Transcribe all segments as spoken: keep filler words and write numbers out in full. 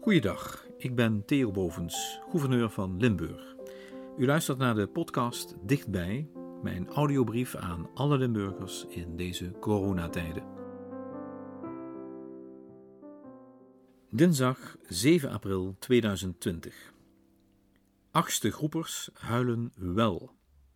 Goeiedag, ik ben Theo Bovens, gouverneur van Limburg. U luistert naar de podcast Dichtbij, mijn audiobrief aan alle Limburgers in deze coronatijden. Dinsdag zeven april tweeduizend twintig. Achtste groepers huilen wel.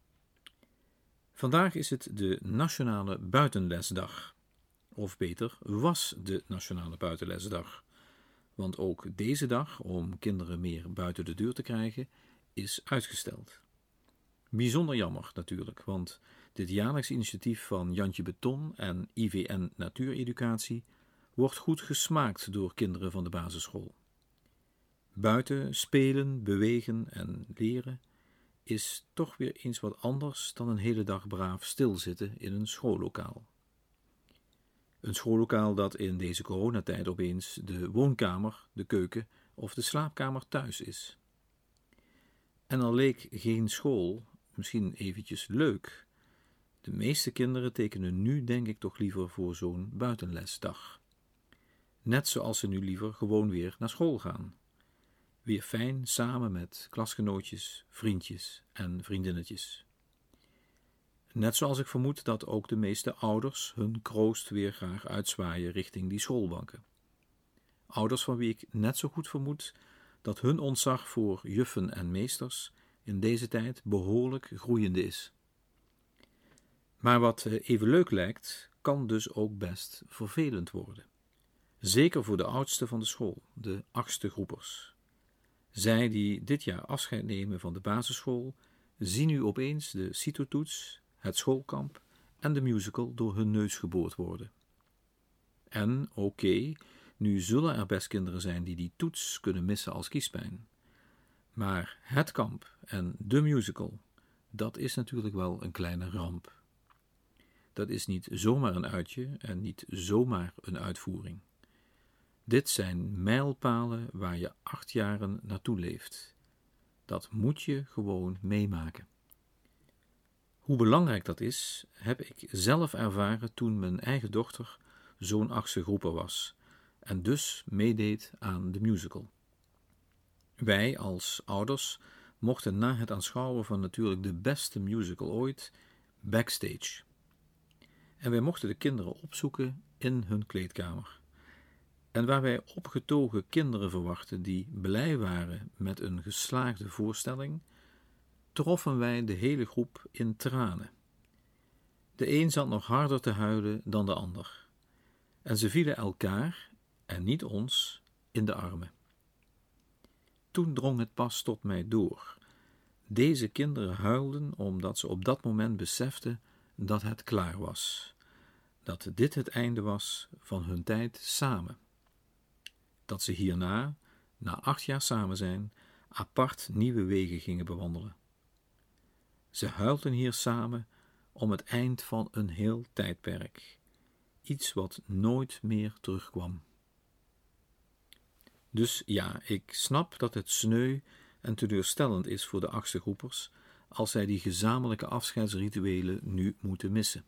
Vandaag is het de Nationale Buitenlesdag. Of beter, was de Nationale Buitenlesdag. Want ook deze dag, om kinderen meer buiten de deur te krijgen, is uitgesteld. Bijzonder jammer natuurlijk, want dit jaarlijks initiatief van Jantje Beton en I V N Natuureducatie wordt goed gesmaakt door kinderen van de basisschool. Buiten spelen, bewegen en leren is toch weer eens wat anders dan een hele dag braaf stilzitten in een schoollokaal. Een schoollokaal dat in deze coronatijd opeens de woonkamer, de keuken of de slaapkamer thuis is. En al leek geen school misschien eventjes leuk, de meeste kinderen tekenen nu denk ik toch liever voor zo'n buitenlesdag. Net zoals ze nu liever gewoon weer naar school gaan. Weer fijn samen met klasgenootjes, vriendjes en vriendinnetjes. Net zoals ik vermoed dat ook de meeste ouders hun kroost weer graag uitzwaaien richting die schoolbanken. Ouders van wie ik net zo goed vermoed dat hun ontzag voor juffen en meesters in deze tijd behoorlijk groeiende is. Maar wat even leuk lijkt, kan dus ook best vervelend worden. Zeker voor de oudste van de school, de achtste groepers. Zij die dit jaar afscheid nemen van de basisschool, zien nu opeens de CITO-toets, het schoolkamp en de musical door hun neus geboord worden. En oké, okay, nu zullen er best kinderen zijn die die toets kunnen missen als kiespijn. Maar het kamp en de musical, dat is natuurlijk wel een kleine ramp. Dat is niet zomaar een uitje en niet zomaar een uitvoering. Dit zijn mijlpalen waar je acht jaren naartoe leeft. Dat moet je gewoon meemaken. Hoe belangrijk dat is, heb ik zelf ervaren toen mijn eigen dochter zo'n achtste groeper was en dus meedeed aan de musical. Wij als ouders mochten na het aanschouwen van natuurlijk de beste musical ooit backstage. En wij mochten de kinderen opzoeken in hun kleedkamer. En waar wij opgetogen kinderen verwachten die blij waren met een geslaagde voorstelling, troffen wij de hele groep in tranen. De een zat nog harder te huilen dan de ander. En ze vielen elkaar, en niet ons, in de armen. Toen drong het pas tot mij door. Deze kinderen huilden omdat ze op dat moment beseften dat het klaar was. Dat dit het einde was van hun tijd samen. Dat ze hierna, na acht jaar samen zijn, apart nieuwe wegen gingen bewandelen. Ze huilden hier samen om het eind van een heel tijdperk. Iets wat nooit meer terugkwam. Dus ja, ik snap dat het sneu en teleurstellend is voor de achtste groepers als zij die gezamenlijke afscheidsrituelen nu moeten missen.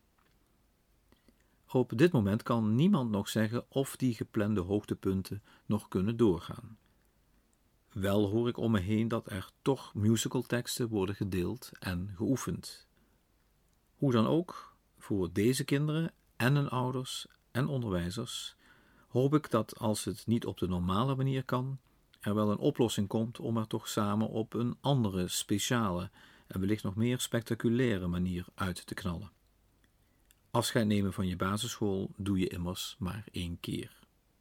Op dit moment kan niemand nog zeggen of die geplande hoogtepunten nog kunnen doorgaan. Wel hoor ik om me heen dat er toch musicalteksten worden gedeeld en geoefend. Hoe dan ook, voor deze kinderen en hun ouders en onderwijzers hoop ik dat als het niet op de normale manier kan, er wel een oplossing komt om er toch samen op een andere, speciale en wellicht nog meer spectaculaire manier uit te knallen. Afscheid nemen van je basisschool doe je immers maar één keer.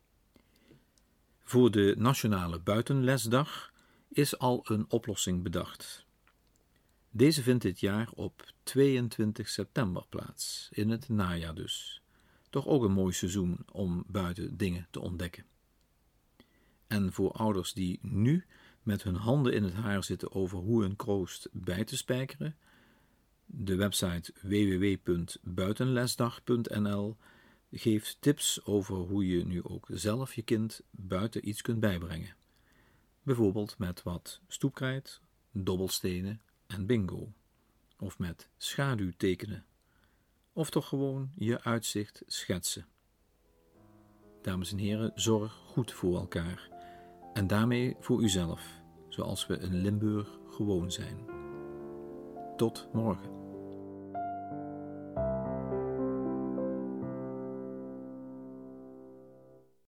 Voor de Nationale Buitenlesdag is al een oplossing bedacht. Deze vindt dit jaar op tweeëntwintig september plaats, in het najaar dus. Toch ook een mooi seizoen om buiten dingen te ontdekken. En voor ouders die nu met hun handen in het haar zitten over hoe hun kroost bij te spijkeren, de website w w w punt buitenlesdag punt n l geeft tips over hoe je nu ook zelf je kind buiten iets kunt bijbrengen. Bijvoorbeeld met wat stoepkrijt, dobbelstenen en bingo. Of met schaduwtekenen. Of toch gewoon je uitzicht schetsen. Dames en heren, zorg goed voor elkaar. En daarmee voor uzelf, zoals we in Limburg gewoon zijn. Tot morgen.